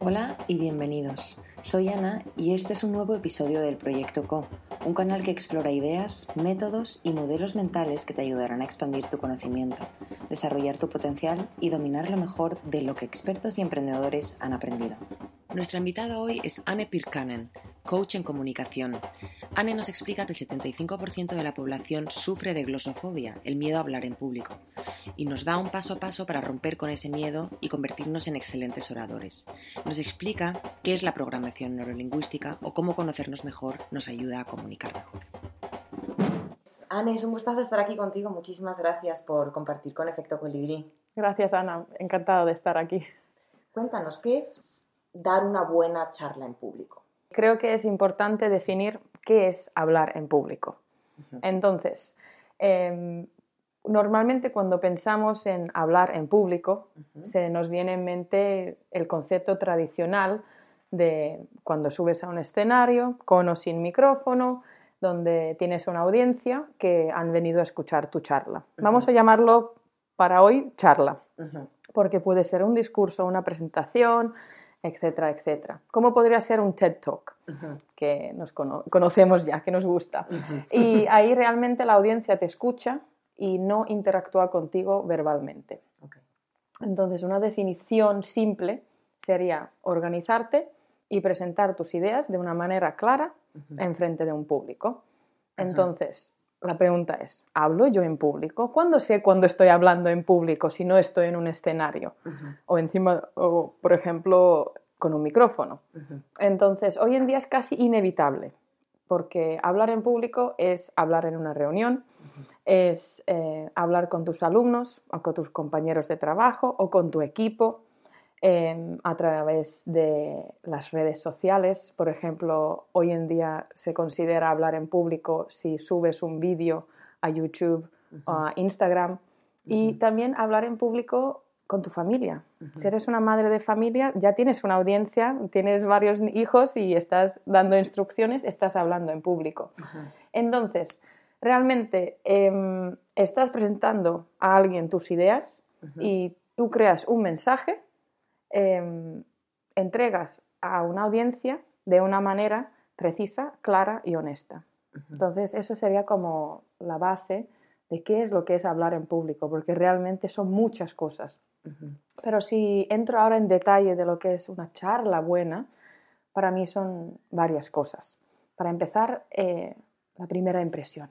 Hola y bienvenidos. Soy Ana y este es un nuevo episodio del Proyecto Co, un canal que explora ideas, métodos y modelos mentales que te ayudarán a expandir tu conocimiento, desarrollar tu potencial y dominar lo mejor de lo que expertos y emprendedores han aprendido. Nuestra invitada hoy es Anne Pirkkanen, coach en comunicación. Anne nos explica que el 75% de la población sufre de glosofobia, el miedo a hablar en público, y nos da un paso a paso para romper con ese miedo y convertirnos en excelentes oradores. Nos explica qué es la programación neurolingüística o cómo conocernos mejor nos ayuda a comunicar mejor. Anne, es un gustazo estar aquí contigo. Muchísimas gracias por compartir con Efecto Colibrí. Gracias, Ana. Encantada de estar aquí. Cuéntanos, ¿qué es dar una buena charla en público? Creo que es importante definir qué es hablar en público. Entonces, normalmente cuando pensamos en hablar en público, se nos viene en mente el concepto tradicional de cuando subes a un escenario, con o sin micrófono, donde tienes una audiencia que han venido a escuchar tu charla. Vamos a llamarlo para hoy charla, porque puede ser un discurso, una presentación, etcétera, etcétera. ¿Cómo podría ser un TED Talk? Que nos conocemos ya, que nos gusta. Y ahí realmente la audiencia te escucha y no interactúa contigo verbalmente. Entonces, una definición simple sería organizarte y presentar tus ideas de una manera clara enfrente de un público. Entonces, la pregunta es, ¿hablo yo en público? ¿Cuándo sé cuándo estoy hablando en público si no estoy en un escenario? O, por ejemplo, con un micrófono. Entonces, hoy en día es casi inevitable, porque hablar en público es hablar en una reunión, es hablar con tus alumnos o con tus compañeros de trabajo o con tu equipo, a través de las redes sociales. Por ejemplo, hoy en día se considera hablar en público si subes un vídeo a YouTube o a Instagram. Y también hablar en público con tu familia. Si eres una madre de familia, ya tienes una audiencia, tienes varios hijos y estás dando instrucciones, estás hablando en público. Entonces, realmente estás presentando a alguien tus ideas y tú creas un mensaje, entregas a una audiencia de una manera precisa, clara y honesta. Entonces, eso sería como la base de qué es lo que es hablar en público, porque realmente son muchas cosas. Pero si entro ahora en detalle de lo que es una charla buena, para mí son varias cosas. Para empezar, la primera impresión.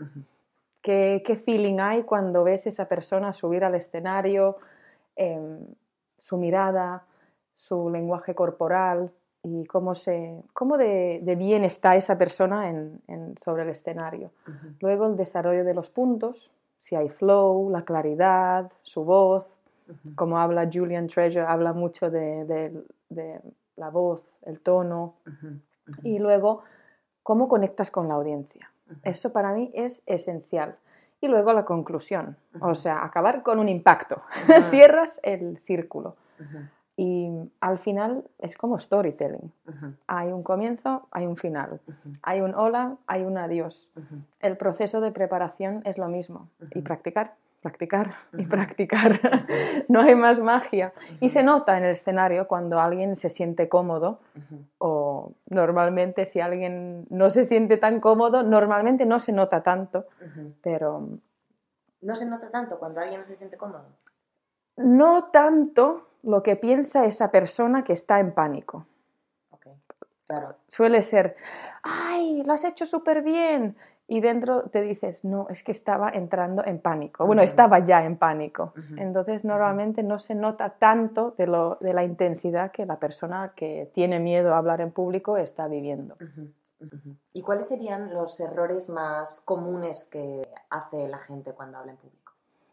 ¿Qué feeling hay cuando ves a esa persona subir al escenario? Su mirada, su lenguaje corporal y cómo de bien está esa persona sobre el escenario. Luego el desarrollo de los puntos, si hay flow, la claridad, su voz, como habla Julian Treasure, habla mucho de la voz, el tono, y luego cómo conectas con la audiencia. Eso para mí es esencial. Y luego la conclusión, o sea, acabar con un impacto. Cierras el círculo. Y al final es como storytelling. Hay un comienzo, hay un final. Hay un hola, hay un adiós. El proceso de preparación es lo mismo. Y practicar y practicar. No hay más magia. Y se nota en el escenario cuando alguien se siente cómodo o normalmente si alguien no se siente tan cómodo, normalmente no se nota tanto, pero... ¿No se nota tanto cuando alguien no se siente cómodo? No tanto lo que piensa esa persona que está en pánico. Claro. Suele ser, ¡ay, lo has hecho súper bien! Y dentro te dices, no, es que estaba entrando en pánico. Bueno, estaba ya en pánico. Entonces, normalmente no se nota tanto de la intensidad que la persona que tiene miedo a hablar en público está viviendo. ¿Y cuáles serían los errores más comunes que hace la gente cuando habla en público?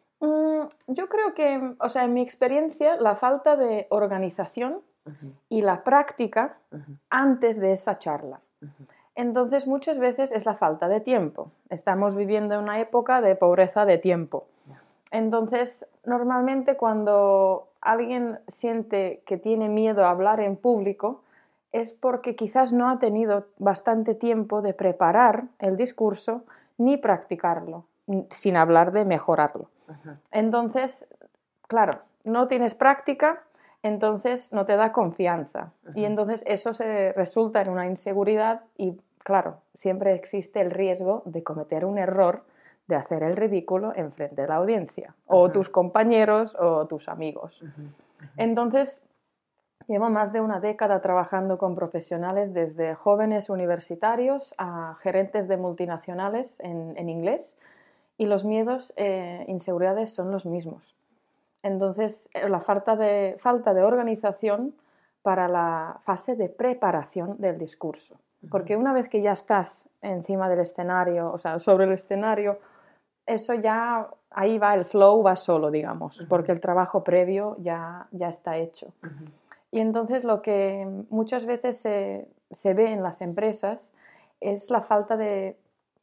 Yo creo que, o sea, en mi experiencia, la falta de organización y la práctica antes de esa charla. Entonces, muchas veces es la falta de tiempo. Estamos viviendo una época de pobreza de tiempo. Entonces, normalmente cuando alguien siente que tiene miedo a hablar en público, es porque quizás no ha tenido bastante tiempo de preparar el discurso ni practicarlo, sin hablar de mejorarlo. Entonces, claro, no tienes práctica, entonces no te da confianza. Y entonces eso se resulta en una inseguridad y, claro, siempre existe el riesgo de cometer un error, de hacer el ridículo en frente de la audiencia, o tus compañeros o tus amigos. Entonces, llevo más de una década trabajando con profesionales desde jóvenes universitarios a gerentes de multinacionales en inglés, y los miedos e inseguridades son los mismos. Entonces, la falta de organización para la fase de preparación del discurso. Porque una vez que ya estás encima del escenario, o sea, sobre el escenario, eso ya, ahí va el flow, va solo, digamos, porque el trabajo previo ya está hecho. Y entonces lo que muchas veces se ve en las empresas es la falta de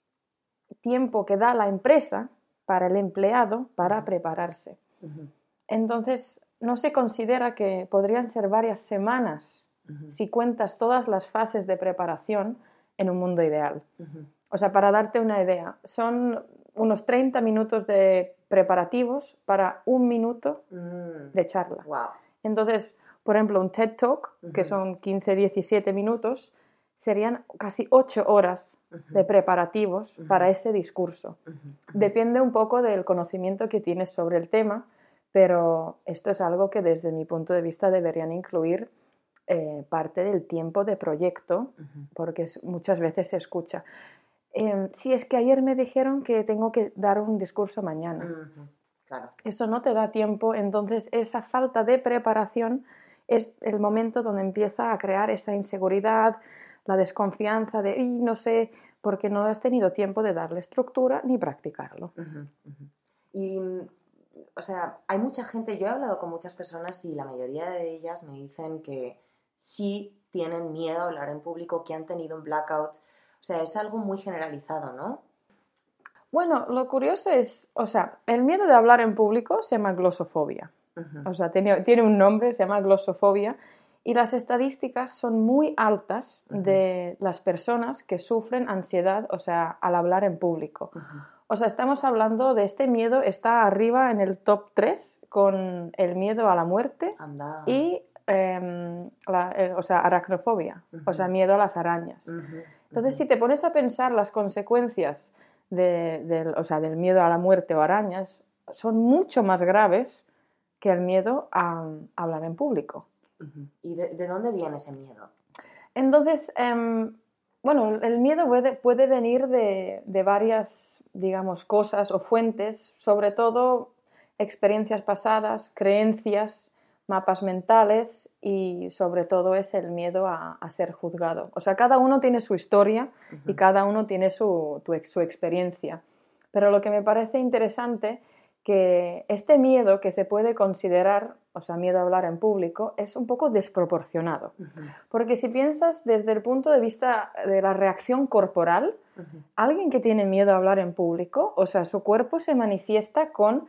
tiempo que da la empresa para el empleado para prepararse. Entonces, no se considera que podrían ser varias semanas si cuentas todas las fases de preparación en un mundo ideal. O sea, para darte una idea, son unos 30 minutos de preparativos para 1 minuto de charla. Wow. Entonces, por ejemplo, un TED Talk, que son 15-17 minutos, serían casi 8 horas de preparativos para ese discurso. Depende un poco del conocimiento que tienes sobre el tema, pero esto es algo que desde mi punto de vista deberían incluir parte del tiempo de proyecto, porque muchas veces se escucha. Sí, es que ayer me dijeron que tengo que dar un discurso mañana. Claro. Eso no te da tiempo, entonces esa falta de preparación es el momento donde empieza a crear esa inseguridad, la desconfianza de, no sé, porque no has tenido tiempo de darle estructura ni practicarlo. Y, o sea, hay mucha gente, yo he hablado con muchas personas y la mayoría de ellas me dicen que sí tienen miedo a hablar en público, que han tenido un blackout. O sea, es algo muy generalizado, ¿no? Bueno, lo curioso es, o sea, el miedo de hablar en público se llama glosofobia. O sea, tiene un nombre, se llama glosofobia, y las estadísticas son muy altas de las personas que sufren ansiedad, o sea, al hablar en público. O sea, estamos hablando de este miedo, está arriba en el top 3 con el miedo a la muerte. Anda. Y o sea, aracnofobia, o sea, miedo a las arañas. Entonces, si te pones a pensar las consecuencias o sea, del miedo a la muerte o arañas, son mucho más graves que el miedo a hablar en público. ¿Y de dónde viene ese miedo? Entonces, bueno, el miedo puede venir de varias, digamos, cosas o fuentes, sobre todo experiencias pasadas, creencias, mapas mentales, y sobre todo es el miedo a ser juzgado. O sea, cada uno tiene su historia y cada uno tiene su experiencia. Pero lo que me parece interesante, que este miedo que se puede considerar, o sea, miedo a hablar en público, es un poco desproporcionado. Porque si piensas desde el punto de vista de la reacción corporal, alguien que tiene miedo a hablar en público, o sea, su cuerpo se manifiesta con,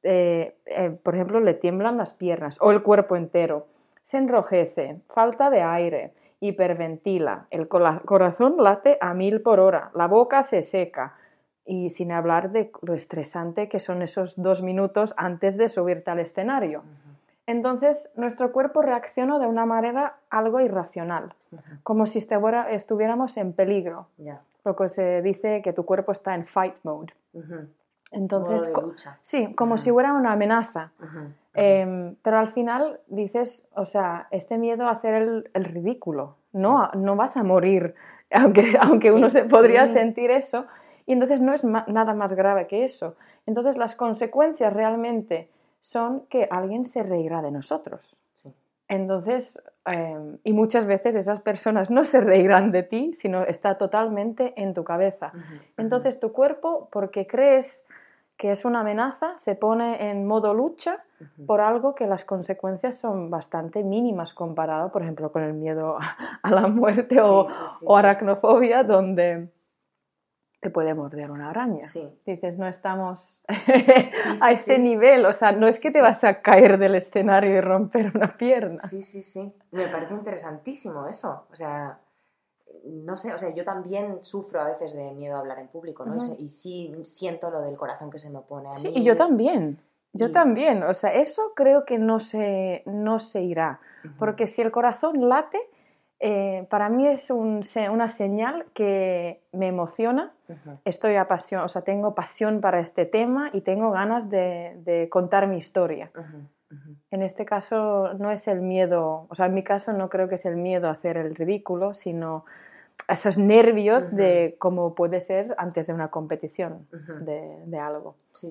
por ejemplo, le tiemblan las piernas o el cuerpo entero, se enrojece, falta de aire, hiperventila, el corazón late a 1000 por hora, la boca se seca. Y sin hablar de lo estresante que son esos 2 minutos antes de subirte al escenario. Entonces, nuestro cuerpo reacciona de una manera algo irracional, como si estuviéramos en peligro. Lo que se dice que tu cuerpo está en fight mode. Entonces, modo de lucha. Sí, como si fuera una amenaza. Pero al final dices, o sea, este miedo a hacer el ridículo, no vas a morir, aunque uno se podría sentir eso. Y entonces no es nada más grave que eso. Entonces las consecuencias realmente son que alguien se reirá de nosotros. Sí. Entonces, y muchas veces esas personas no se reirán de ti, sino está totalmente en tu cabeza. Entonces tu cuerpo, porque crees que es una amenaza, se pone en modo lucha por algo que las consecuencias son bastante mínimas comparado, por ejemplo, con el miedo a la muerte o aracnofobia, donde te puede morder una araña. Sí. Dices, no estamos a ese nivel, o sea, no es que te vas a caer del escenario y romper una pierna. Sí. Me parece interesantísimo eso. O sea, no sé, o sea, yo también sufro a veces de miedo a hablar en público, ¿no? Y sí siento lo del corazón que se me pone a mí. Y yo también. Yo también, o sea, eso creo que no se irá, porque si el corazón late, para mí es una señal que me emociona, estoy apasionada, o sea, tengo pasión para este tema y tengo ganas de contar mi historia. En este caso no es el miedo, o sea, en mi caso no creo que es el miedo a hacer el ridículo, sino esos nervios de cómo puede ser antes de una competición de algo. Sí.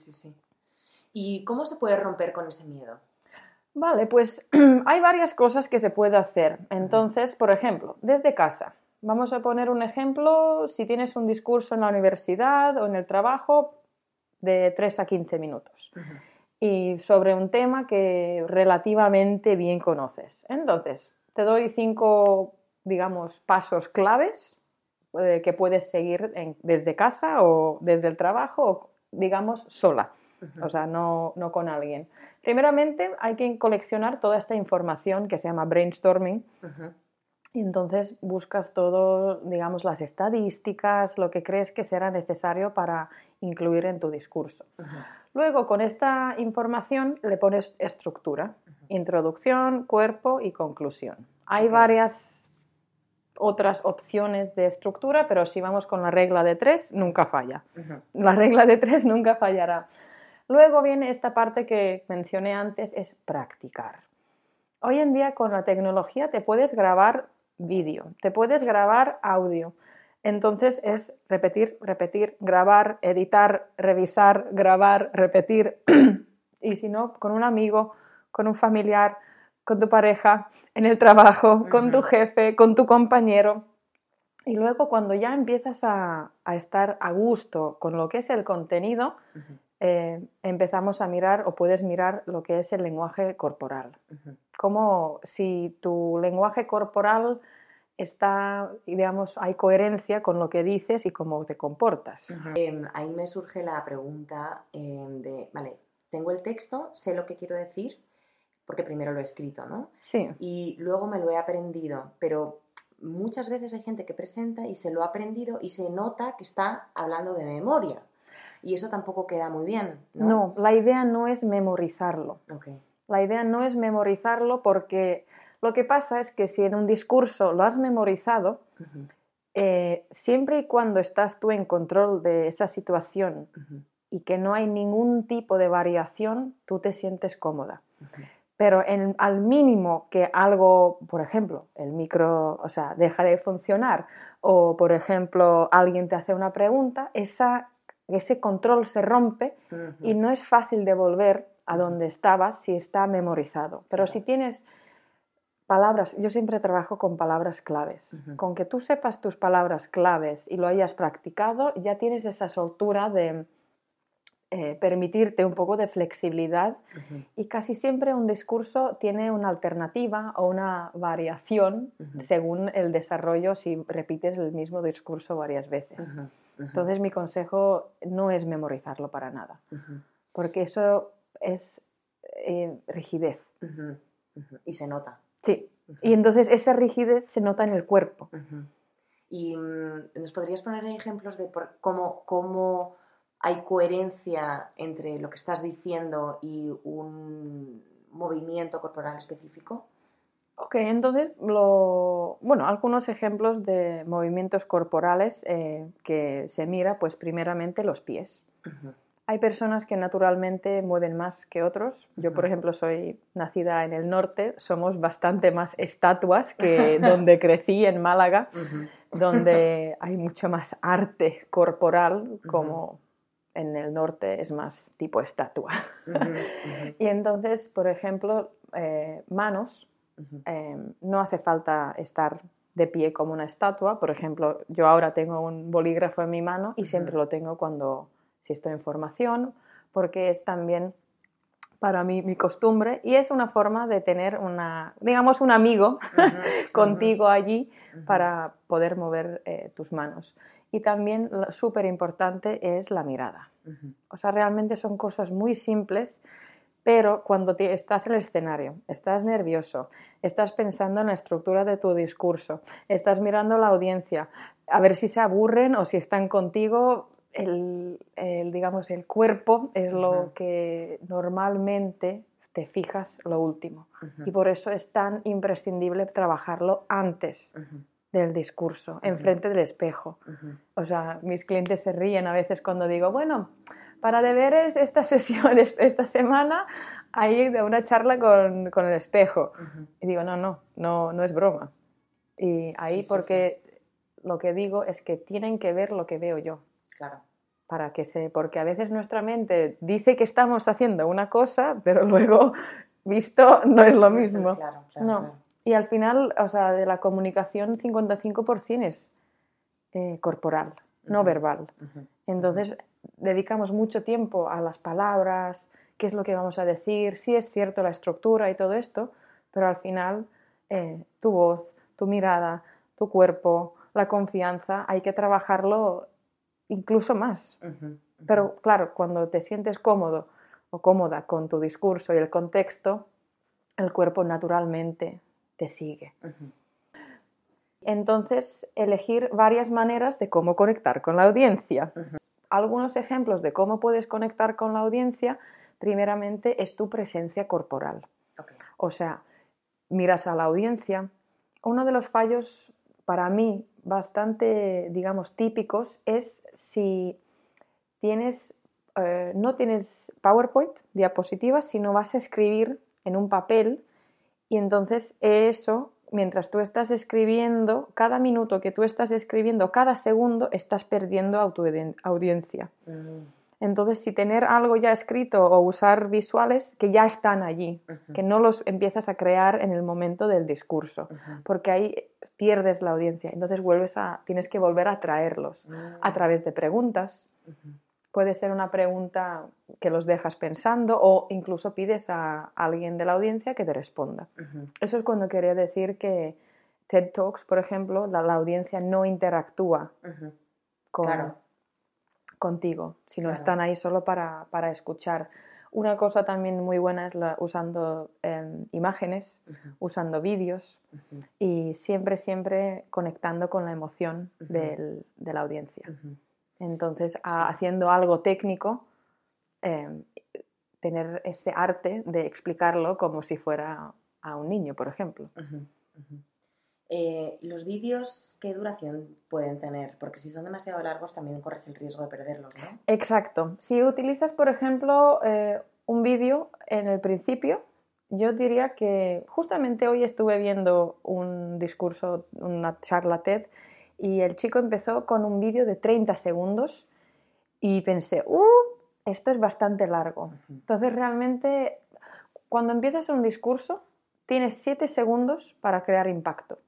¿Y cómo se puede romper con ese miedo? Vale, pues hay varias cosas que se puede hacer. Entonces, por ejemplo, desde casa. Vamos a poner un ejemplo, si tienes un discurso en la universidad o en el trabajo, de 3 a 15 minutos. Y sobre un tema que relativamente bien conoces. Entonces, te doy 5, digamos, pasos claves que puedes seguir desde casa o desde el trabajo o, digamos, sola. O sea, no con alguien. Primeramente, hay que coleccionar toda esta información que se llama brainstorming. Y entonces buscas todo, digamos, las estadísticas, lo que crees que será necesario para incluir en tu discurso. Luego, con esta información le pones estructura, introducción, cuerpo y conclusión. Hay varias otras opciones de estructura, pero si vamos con la regla de 3, nunca falla. La regla de 3 nunca fallará. Luego viene esta parte que mencioné antes, es practicar. Hoy en día con la tecnología te puedes grabar vídeo, te puedes grabar audio. Entonces es repetir, grabar, editar, revisar, grabar, repetir. Y si no, con un amigo, con un familiar, con tu pareja, en el trabajo, con tu jefe, con tu compañero. Y luego cuando ya empiezas a estar a gusto con lo que es el contenido, empezamos a mirar o puedes mirar lo que es el lenguaje corporal. Como si tu lenguaje corporal está, digamos, hay coherencia con lo que dices y cómo te comportas. Ahí me surge la pregunta vale, tengo el texto, sé lo que quiero decir, porque primero lo he escrito, ¿no? Sí. Y luego me lo he aprendido, pero muchas veces hay gente que presenta y se lo ha aprendido y se nota que está hablando de memoria. Y eso tampoco queda muy bien, ¿no? No, la idea no es memorizarlo. La idea no es memorizarlo porque lo que pasa es que si en un discurso lo has memorizado, siempre y cuando estás tú en control de esa situación y que no hay ningún tipo de variación, tú te sientes cómoda. Pero al mínimo que algo, por ejemplo, el micro, o sea, deja de funcionar o, por ejemplo, alguien te hace una pregunta, ese control se rompe y no es fácil de volver a donde estabas si está memorizado. Pero si tienes palabras, yo siempre trabajo con palabras claves. Con que tú sepas tus palabras claves y lo hayas practicado, ya tienes esa soltura de permitirte un poco de flexibilidad y casi siempre un discurso tiene una alternativa o una variación según el desarrollo si repites el mismo discurso varias veces. Entonces mi consejo no es memorizarlo para nada, porque eso es rigidez. Y se nota. Sí, y entonces esa rigidez se nota en el cuerpo. ¿Y nos podrías poner ejemplos de cómo hay coherencia entre lo que estás diciendo y un movimiento corporal específico? Ok, entonces, algunos ejemplos de movimientos corporales que se mira, pues primeramente los pies. Hay personas que naturalmente mueven más que otros. Yo, por ejemplo, soy nacida en el norte, somos bastante más estatuas que donde crecí, en Málaga, donde hay mucho más arte corporal, como en el norte es más tipo estatua. Y entonces, por ejemplo, manos, no hace falta estar de pie como una estatua. Por ejemplo, yo ahora tengo un bolígrafo en mi mano y siempre lo tengo si estoy en formación, porque es también para mí mi costumbre y es una forma de tener digamos un amigo contigo allí para poder mover tus manos. Y también súper importante es la mirada. O sea, realmente son cosas muy simples, pero cuando estás en el escenario, estás nervioso, estás pensando en la estructura de tu discurso, estás mirando a la audiencia, a ver si se aburren o si están contigo, digamos, el cuerpo es lo que normalmente te fijas lo último. Y por eso es tan imprescindible trabajarlo antes del discurso, enfrente del espejo. O sea, mis clientes se ríen a veces cuando digo, bueno, para deberes esta sesión, esta semana hay una charla con el espejo. Y digo, no es broma. Y ahí lo que digo es que tienen que ver lo que veo yo. Claro. Porque a veces nuestra mente dice que estamos haciendo una cosa, pero luego visto no es lo mismo. Claro. Y al final, o sea, de la comunicación 55% es corporal, no verbal. Entonces, dedicamos mucho tiempo a las palabras, qué es lo que vamos a decir, sí es cierto la estructura y todo esto, pero al final tu voz, tu mirada, tu cuerpo, la confianza, hay que trabajarlo incluso más. Pero claro, cuando te sientes cómodo o cómoda con tu discurso y el contexto, el cuerpo naturalmente te sigue. Entonces, elegir varias maneras de cómo conectar con la audiencia. Algunos ejemplos de cómo puedes conectar con la audiencia, primeramente, es tu presencia corporal. O sea, miras a la audiencia. Uno de los fallos, para mí, bastante, digamos, típicos, es si no tienes PowerPoint, diapositivas, sino vas a escribir en un papel y entonces eso, mientras tú estás escribiendo, cada minuto que tú estás escribiendo, cada segundo, estás perdiendo a tu audiencia. Entonces, si tener algo ya escrito o usar visuales que ya están allí, que no los empiezas a crear en el momento del discurso, porque ahí pierdes la audiencia. Entonces tienes que volver a traerlos a través de preguntas. Puede ser una pregunta que los dejas pensando o incluso pides a alguien de la audiencia que te responda. Eso es cuando quería decir que TED Talks, por ejemplo, la audiencia no interactúa contigo, sino están ahí solo para escuchar. Una cosa también muy buena es usando imágenes, usando vídeos y siempre conectando con la emoción de la audiencia. Entonces, haciendo algo técnico, tener ese arte de explicarlo como si fuera a un niño, por ejemplo. ¿Los vídeos qué duración pueden tener? Porque si son demasiado largos también corres el riesgo de perderlos, ¿no? Exacto. Si utilizas, por ejemplo, un vídeo en el principio, yo diría que justamente hoy estuve viendo un discurso, una charla TED, y el chico empezó con un vídeo de 30 segundos y pensé, esto es bastante largo. Entonces, realmente, cuando empiezas un discurso, tienes 7 segundos para crear impacto.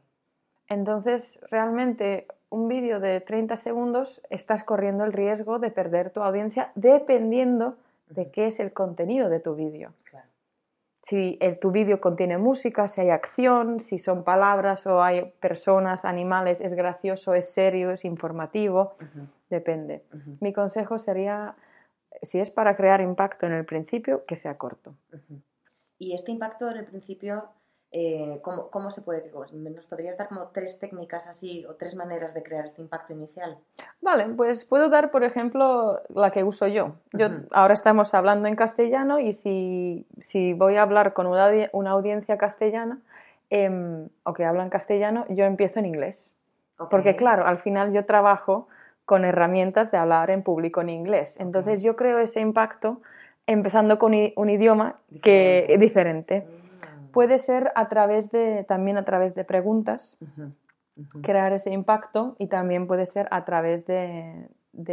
Entonces, realmente, un vídeo de 30 segundos estás corriendo el riesgo de perder tu audiencia dependiendo de qué es el contenido de tu vídeo. Claro. Si tu vídeo contiene música, si hay acción, si son palabras o hay personas, animales, es gracioso, es serio, es informativo, depende. Mi consejo sería, si es para crear impacto en el principio, que sea corto. Y este impacto en el principio, ¿cómo se puede? ¿Nos podrías dar como 3 técnicas así o 3 maneras de crear este impacto inicial? Vale, pues puedo dar, por ejemplo, la que uso yo. Ahora estamos hablando en castellano y si voy a hablar con una audiencia castellana o que habla en castellano, yo empiezo en inglés. Porque claro, al final yo trabajo con herramientas de hablar en público en inglés. Entonces yo creo ese impacto empezando con un idioma que es diferente. Puede ser también a través de preguntas, crear ese impacto, y también puede ser a través de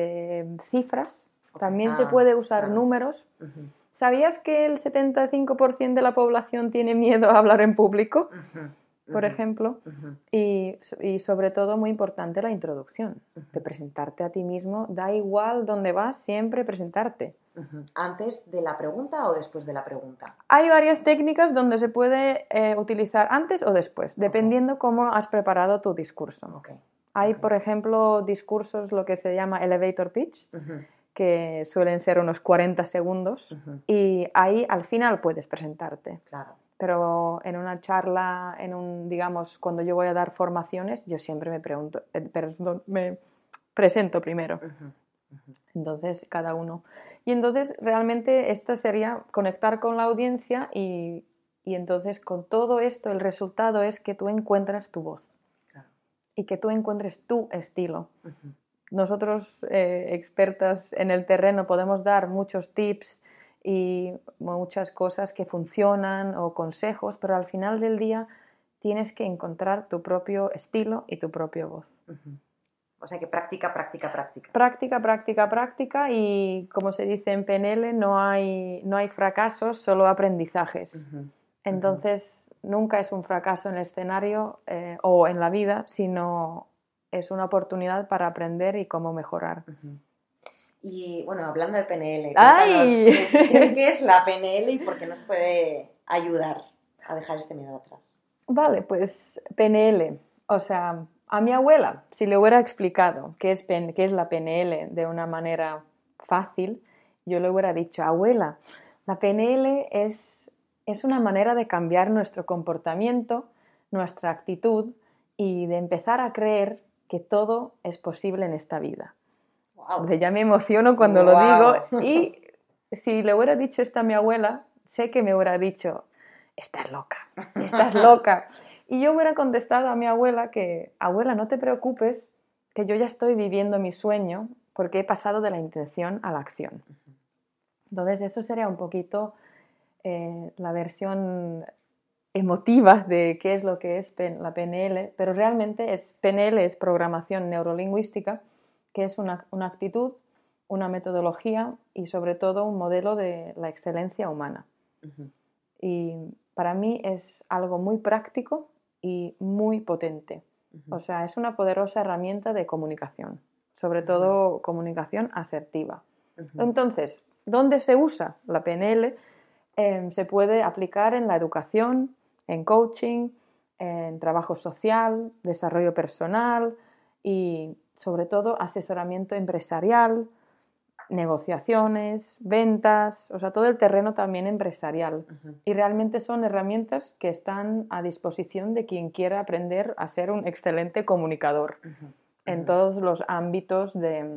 cifras. También se puede usar números. ¿Sabías que el 75% de la población tiene miedo a hablar en público? Por ejemplo, y sobre todo, muy importante, la introducción, de presentarte a ti mismo, da igual dónde vas, siempre presentarte. ¿Antes de la pregunta o después de la pregunta? Hay varias técnicas donde se puede utilizar antes o después, dependiendo cómo has preparado tu discurso. Hay, por ejemplo, discursos, lo que se llama elevator pitch, que suelen ser unos 40 segundos, y ahí al final puedes presentarte. Claro. Pero en una charla, digamos, cuando yo voy a dar formaciones, yo siempre me presento primero. Entonces, cada uno. Y entonces, realmente, esta sería conectar con la audiencia y entonces, con todo esto, el resultado es que tú encuentras tu voz. Claro. Y que tú encuentres tu estilo. Nosotros, expertas en el terreno, podemos dar muchos tips y muchas cosas que funcionan o consejos, pero al final del día tienes que encontrar tu propio estilo y tu propia voz. O sea que práctica. Práctica y, como se dice en PNL, no hay fracasos, solo aprendizajes. Entonces, nunca es un fracaso en el escenario o en la vida, sino es una oportunidad para aprender y cómo mejorar. Y bueno, hablando de PNL, cuéntanos ¿qué es la PNL y por qué nos puede ayudar a dejar este miedo atrás? Vale, pues PNL, o sea, a mi abuela, si le hubiera explicado qué es la PNL de una manera fácil, yo le hubiera dicho, abuela, la PNL es una manera de cambiar nuestro comportamiento, nuestra actitud y de empezar a creer que todo es posible en esta vida. Wow. Entonces ya me emociono cuando lo digo y si le hubiera dicho esto a mi abuela, sé que me hubiera dicho, estás loca. Y yo hubiera contestado a mi abuela que, abuela, no te preocupes, que yo ya estoy viviendo mi sueño porque he pasado de la intención a la acción. Entonces eso sería un poquito la versión emotiva de qué es lo que es la PNL, pero realmente PNL es programación neurolingüística, que es una actitud, una metodología y sobre todo un modelo de la excelencia humana. Y para mí es algo muy práctico y muy potente. O sea, es una poderosa herramienta de comunicación, sobre todo comunicación asertiva. Entonces, ¿dónde se usa la PNL? Se puede aplicar en la educación, en coaching, en trabajo social, desarrollo personal y sobre todo asesoramiento empresarial, negociaciones, ventas, o sea, todo el terreno también empresarial. Y realmente son herramientas que están a disposición de quien quiera aprender a ser un excelente comunicador en todos los ámbitos de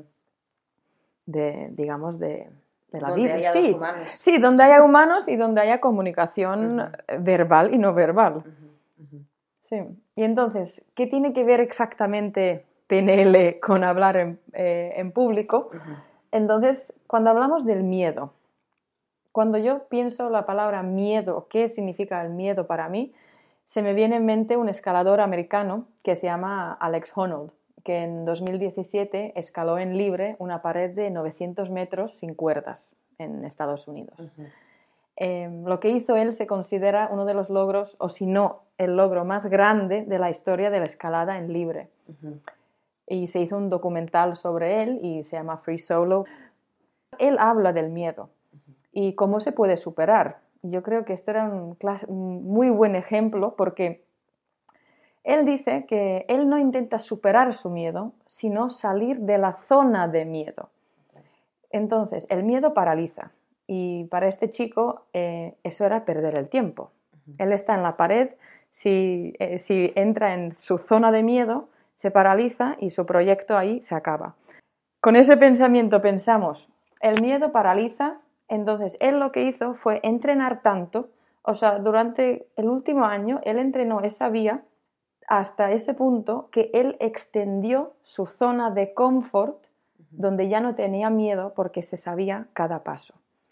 la donde vida. Haya dos humanos. Sí, donde haya humanos y donde haya comunicación verbal y no verbal. Sí. Y entonces, ¿qué tiene que ver exactamente PNL con hablar en público? Entonces, cuando hablamos del miedo, cuando yo pienso la palabra miedo, ¿qué significa el miedo para mí? Se me viene en mente un escalador americano que se llama Alex Honnold, que en 2017 escaló en libre una pared de 900 metros sin cuerdas en Estados Unidos. Lo que hizo él se considera uno de los logros, o si no, el logro más grande de la historia de la escalada en libre. Y se hizo un documental sobre él y se llama Free Solo. Él habla del miedo y cómo se puede superar. Yo creo que este era un muy buen ejemplo porque él dice que él no intenta superar su miedo, sino salir de la zona de miedo. Entonces, el miedo paraliza y para este chico eso era perder el tiempo. Él está en la pared, si entra en su zona de miedo, se paraliza y su proyecto ahí se acaba. Con ese pensamiento pensamos, el miedo paraliza, entonces él lo que hizo fue entrenar tanto, o sea, durante el último año él entrenó esa vía hasta ese punto que él extendió su zona de confort, donde ya no tenía miedo porque se sabía cada paso.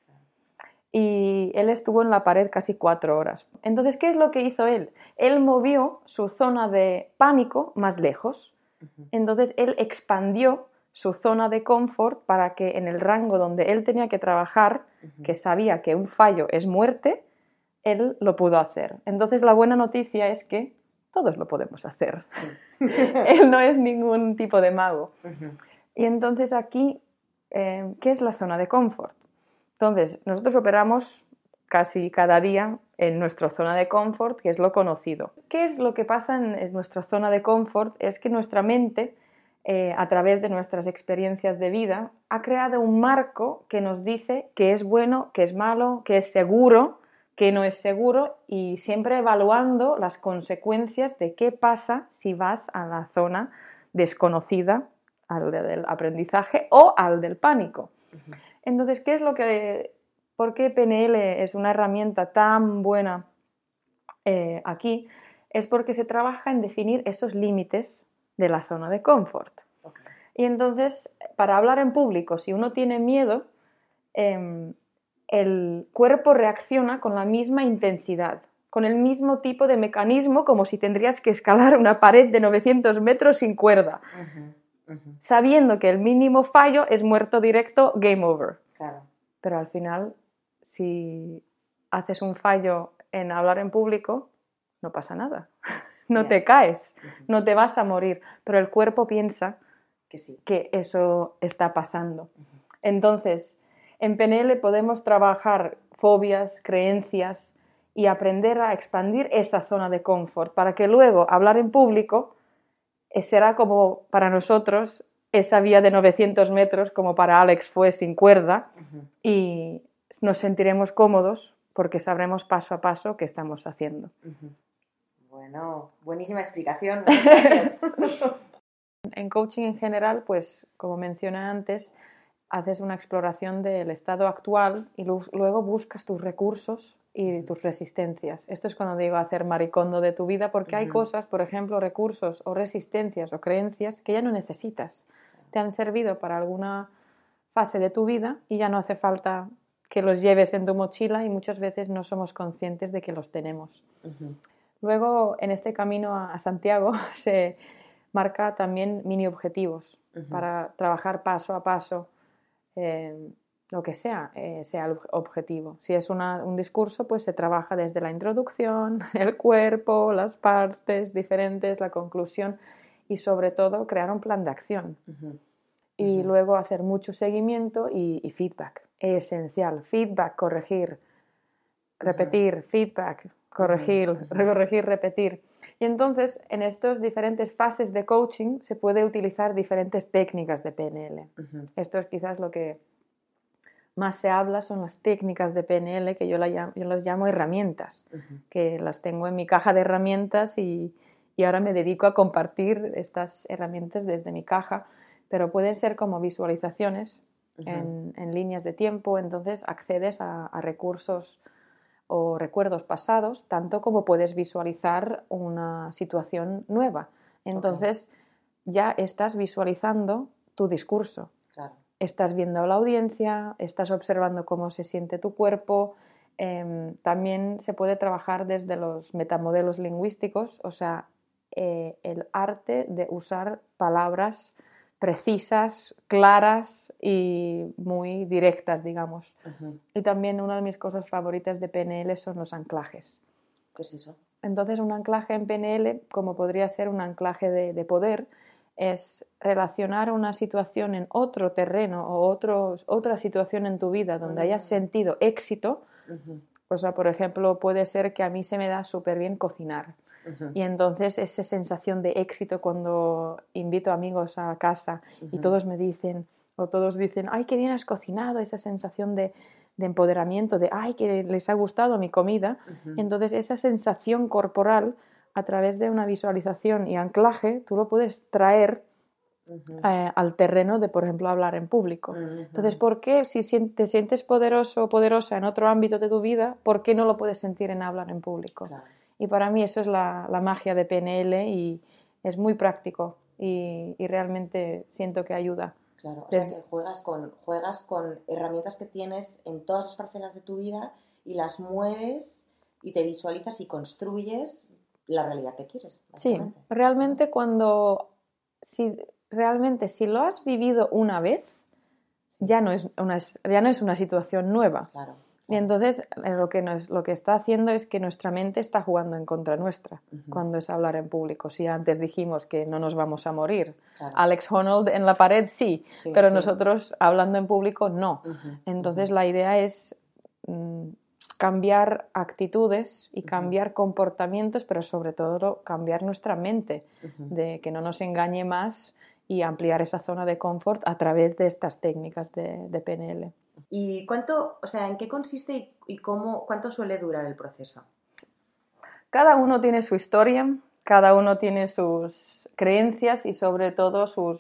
Y él estuvo en la pared casi 4 horas. Entonces, ¿qué es lo que hizo él? Él movió su zona de pánico más lejos. Entonces, él expandió su zona de confort para que en el rango donde él tenía que trabajar, que sabía que un fallo es muerte, él lo pudo hacer. Entonces, la buena noticia es que todos lo podemos hacer. Él no es ningún tipo de mago. Y entonces aquí, ¿qué es la zona de confort? Entonces, nosotros operamos casi cada día en nuestra zona de confort, que es lo conocido. ¿Qué es lo que pasa en nuestra zona de confort? Es que nuestra mente, a través de nuestras experiencias de vida, ha creado un marco que nos dice qué es bueno, qué es malo, qué es seguro, qué no es seguro, y siempre evaluando las consecuencias de qué pasa si vas a la zona desconocida al del aprendizaje o al del pánico. Entonces, ¿por qué PNL es una herramienta tan buena aquí? Es porque se trabaja en definir esos límites de la zona de confort. Okay. Y entonces, para hablar en público, si uno tiene miedo, el cuerpo reacciona con la misma intensidad, con el mismo tipo de mecanismo, como si tendrías que escalar una pared de 900 metros sin cuerda, sabiendo que el mínimo fallo es muerto directo, game over. Claro. Pero al final, si haces un fallo en hablar en público, no pasa nada. No te caes, no te vas a morir, pero el cuerpo piensa que sí, que eso está pasando. Entonces, en PNL podemos trabajar fobias, creencias y aprender a expandir esa zona de confort para que luego hablar en público será como para nosotros esa vía de 900 metros, como para Alex fue sin cuerda, y nos sentiremos cómodos porque sabremos paso a paso qué estamos haciendo. Bueno, buenísima explicación. Muchas gracias. En coaching en general, pues como mencioné antes, haces una exploración del estado actual y luego buscas tus recursos y tus resistencias. Esto es cuando digo hacer maricondo de tu vida, porque hay cosas, por ejemplo, recursos o resistencias o creencias que ya no necesitas. Te han servido para alguna fase de tu vida y ya no hace falta que los lleves en tu mochila y muchas veces no somos conscientes de que los tenemos. Luego, en este camino a Santiago se marca también mini objetivos para trabajar paso a paso lo que sea el objetivo. Si es un discurso, pues se trabaja desde la introducción, el cuerpo, las partes diferentes, la conclusión y sobre todo crear un plan de acción. Y luego hacer mucho seguimiento y feedback. Es esencial. Feedback, corregir, repetir, feedback, corregir, corregir, repetir. Y entonces, en estas diferentes fases de coaching se puede utilizar diferentes técnicas de PNL. Esto es quizás lo que más se habla, son las técnicas de PNL, que yo las llamo herramientas, que las tengo en mi caja de herramientas y ahora me dedico a compartir estas herramientas desde mi caja, pero pueden ser como visualizaciones en líneas de tiempo, entonces accedes a recursos o recuerdos pasados, tanto como puedes visualizar una situación nueva. Entonces ya estás visualizando tu discurso. Claro. Estás viendo a la audiencia, estás observando cómo se siente tu cuerpo. También se puede trabajar desde los metamodelos lingüísticos, o sea, el arte de usar palabras precisas, claras y muy directas, digamos. Y también una de mis cosas favoritas de PNL son los anclajes. ¿Qué es eso? Entonces, un anclaje en PNL, como podría ser un anclaje de poder, es relacionar una situación en otro terreno o otra situación en tu vida donde hayas sentido éxito. O sea, por ejemplo, puede ser que a mí se me da súper bien cocinar. Y entonces esa sensación de éxito cuando invito amigos a casa y todos me dicen, o todos dicen, ¡ay, qué bien has cocinado! Esa sensación de empoderamiento, de ¡ay, que les ha gustado mi comida! Entonces esa sensación corporal, a través de una visualización y anclaje, tú lo puedes traer al terreno de, por ejemplo, hablar en público. Entonces, ¿por qué si te sientes poderoso o poderosa en otro ámbito de tu vida, por qué no lo puedes sentir en hablar en público? Claro. Y para mí eso es la magia de PNL y es muy práctico y realmente siento que ayuda. Claro, o sea que juegas con herramientas que tienes en todas las parcelas de tu vida y las mueves y te visualizas y construyes la realidad que quieres. Sí, realmente si lo has vivido una vez, ya no es una situación nueva. Claro. Y entonces lo que está haciendo es que nuestra mente está jugando en contra nuestra cuando es hablar en público. Si antes dijimos que no nos vamos a morir, claro. Alex Honnold en la pared sí, pero nosotros hablando en público no. Entonces la idea es cambiar actitudes y cambiar comportamientos, pero sobre todo cambiar nuestra mente, de que no nos engañe más y ampliar esa zona de confort a través de estas técnicas de PNL. ¿Y en qué consiste y cuánto suele durar el proceso? Cada uno tiene su historia, cada uno tiene sus creencias y sobre todo sus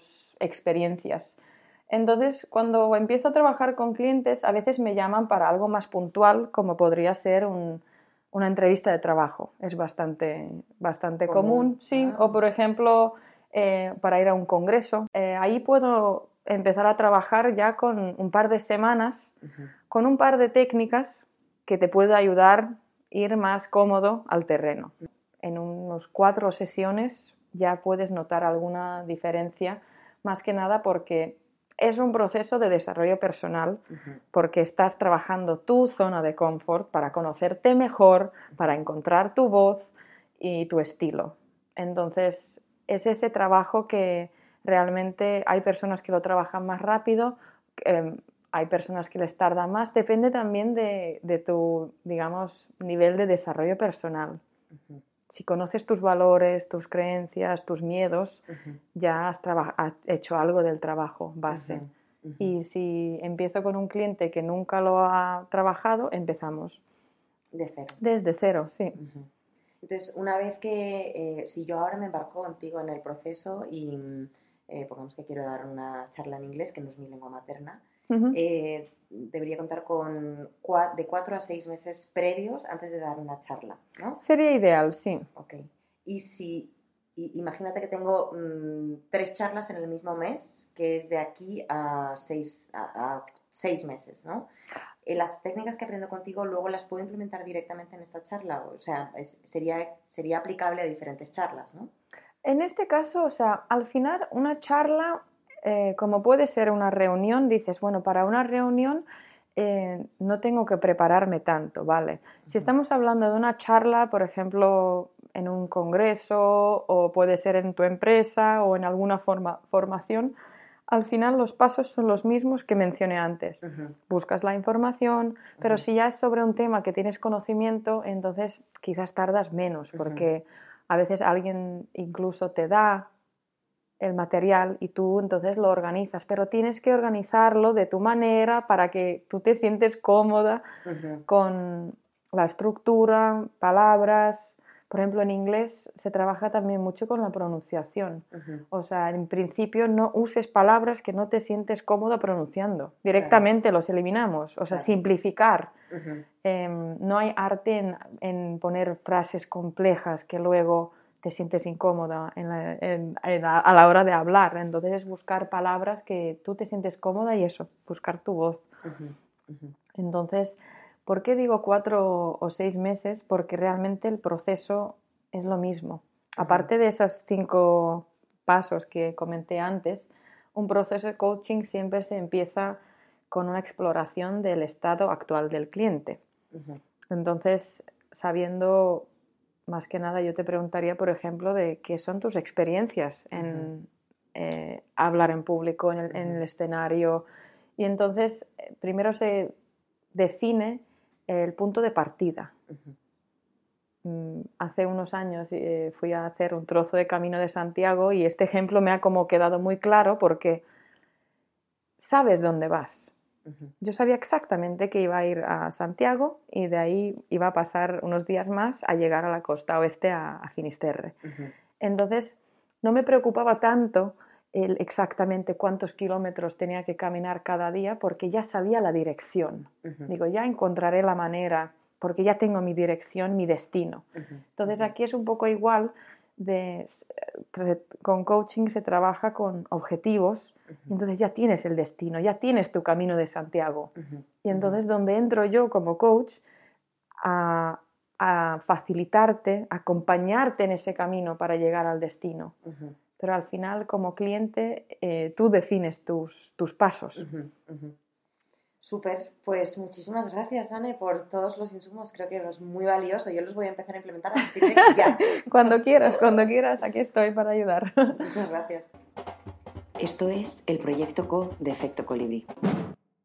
experiencias. Entonces, cuando empiezo a trabajar con clientes, a veces me llaman para algo más puntual, como podría ser una entrevista de trabajo. Es bastante común, sí. O, por ejemplo, para ir a un congreso. Ahí puedo empezar a trabajar ya con un par de semanas, con un par de técnicas que te puede ayudar a ir más cómodo al terreno. En unos 4 sesiones ya puedes notar alguna diferencia, más que nada porque es un proceso de desarrollo personal, porque estás trabajando tu zona de confort para conocerte mejor, para encontrar tu voz y tu estilo. Entonces, es ese trabajo que realmente hay personas que lo trabajan más rápido, hay personas que les tarda más, depende también de tu, digamos, nivel de desarrollo personal. Si conoces tus valores, tus creencias, tus miedos, ya has hecho algo del trabajo base. Y si empiezo con un cliente que nunca lo ha trabajado, empezamos. De cero. Desde cero, sí. Entonces, una vez que, si yo ahora me embarco contigo en el proceso y pongamos que quiero dar una charla en inglés, que no es mi lengua materna, debería contar con de 4 a 6 meses previos antes de dar una charla, ¿no? Sería ideal, sí. Ok. Imagínate que tengo 3 charlas en el mismo mes, que es de aquí a 6 meses, ¿no? Las técnicas que aprendo contigo luego las puedo implementar directamente en esta charla, o sea, sería aplicable a diferentes charlas, ¿no? En este caso, o sea, al final una charla, como puede ser una reunión, dices, bueno, para una reunión no tengo que prepararme tanto, ¿vale? Si estamos hablando de una charla, por ejemplo, en un congreso o puede ser en tu empresa o en alguna formación, al final los pasos son los mismos que mencioné antes. Buscas la información, pero si ya es sobre un tema que tienes conocimiento, entonces quizás tardas menos, porque a veces alguien incluso te da el material y tú entonces lo organizas, pero tienes que organizarlo de tu manera para que tú te sientes cómoda con la estructura, palabras. Por ejemplo, en inglés se trabaja también mucho con la pronunciación. O sea, en principio no uses palabras que no te sientes cómoda pronunciando. Directamente los eliminamos. O sea, simplificar. No hay arte en poner frases complejas que luego te sientes incómoda a la hora de hablar. Entonces es buscar palabras que tú te sientes cómoda y eso, buscar tu voz. Entonces, ¿por qué digo 4 o 6 meses? Porque realmente el proceso es lo mismo. Aparte de esos 5 pasos que comenté antes, un proceso de coaching siempre se empieza con una exploración del estado actual del cliente. Entonces, sabiendo, más que nada, yo te preguntaría, por ejemplo, de qué son tus experiencias en hablar en público, en el escenario. Y entonces, primero se define el punto de partida. Hace unos años fui a hacer un trozo de Camino de Santiago y este ejemplo me ha como quedado muy claro porque sabes dónde vas. Yo sabía exactamente que iba a ir a Santiago y de ahí iba a pasar unos días más a llegar a la costa oeste, a Finisterre. Entonces no me preocupaba tanto exactamente cuántos kilómetros tenía que caminar cada día porque ya sabía la dirección. Digo, ya encontraré la manera porque ya tengo mi dirección, mi destino. Entonces aquí es un poco igual. Con coaching se trabaja con objetivos y entonces ya tienes el destino, ya tienes tu camino de Santiago. Y entonces donde entro yo como coach a facilitarte, a acompañarte en ese camino para llegar al destino. Pero al final, como cliente, tú defines tus pasos. Súper, pues muchísimas gracias, Anne, por todos los insumos. Creo que es muy valioso. Yo los voy a empezar a implementar a partir de ya. Cuando quieras, aquí estoy para ayudar. Muchas gracias. Esto es el Proyecto CO de Efecto Colibrí.